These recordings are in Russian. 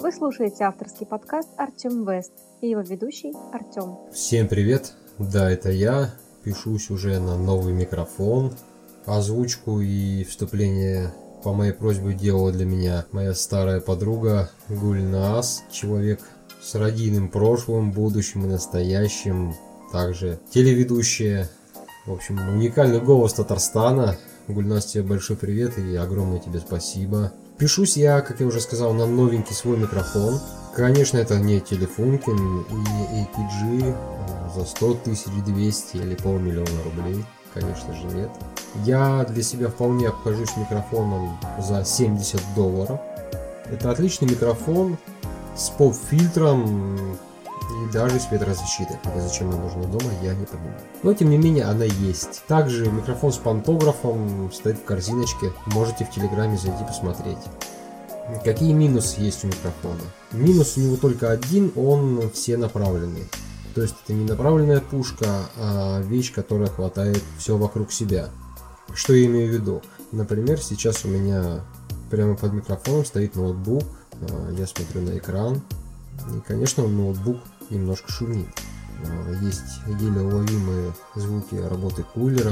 Вы слушаете авторский подкаст Артем Вест и его ведущий Артем. Всем привет! Да, это я. Пишусь уже на новый микрофон. Озвучку и вступление по моей просьбе делала для меня моя старая подруга Гульназ. Человек с родийным прошлым, будущим и настоящим. Также телеведущая. В общем, уникальный голос Татарстана. Гульназ, тебе большой привет и огромное тебе спасибо. Пишусь я, как я уже сказал, на новенький свой микрофон. Конечно, это не Telefunken и не APG за 100 200 или полмиллиона рублей. Конечно же нет. Я для себя вполне обхожусь микрофоном за $70. Это отличный микрофон с поп-фильтром и даже с ветрозащитой. Зачем она нужна дома, я не понимаю. Но тем не менее она есть. Также микрофон с пантографом стоит в корзиночке. Можете в Телеграме зайти посмотреть. Какие минусы есть у микрофона? Минус у него только один, он всенаправленный. То есть это не направленная пушка, а вещь, которая хватает все вокруг себя. Что я имею в виду? Например, сейчас у меня прямо под микрофоном стоит ноутбук. Я смотрю на экран. И, конечно, ноутбук немножко шумит. Есть еле уловимые звуки работы кулера.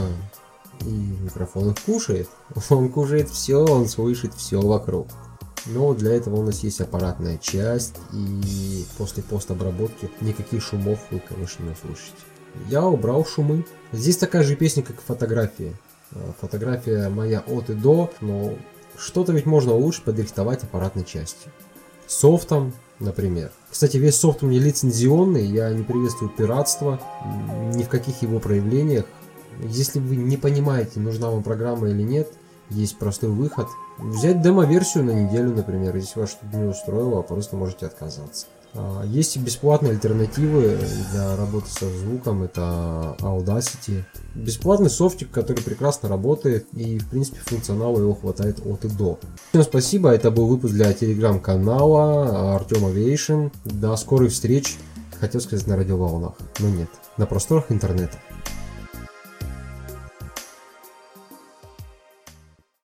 И микрофон их кушает. Он кушает все, он слышит все вокруг. Но для этого у нас есть аппаратная часть. И после постобработки никаких шумов вы, конечно, не услышите. Я убрал шумы. Здесь такая же песня, как и фотография. Фотография моя от и до. Но что-то ведь можно лучше подрихтовать аппаратной частью. Софтом, например. Кстати, весь софт у меня лицензионный, я не приветствую пиратство ни в каких его проявлениях. Если вы не понимаете, нужна вам программа или нет, есть простой выход. Взять демо-версию на неделю, например, если вас что-то не устроило, просто можете отказаться. Есть и бесплатные альтернативы для работы со звуком, это Audacity. Бесплатный софтик, который прекрасно работает и, в принципе, функционала его хватает от и до. Всем спасибо, это был выпуск для телеграм-канала Артем Aviation. До скорых встреч, хотел сказать на радиоволнах, но нет, на просторах интернета.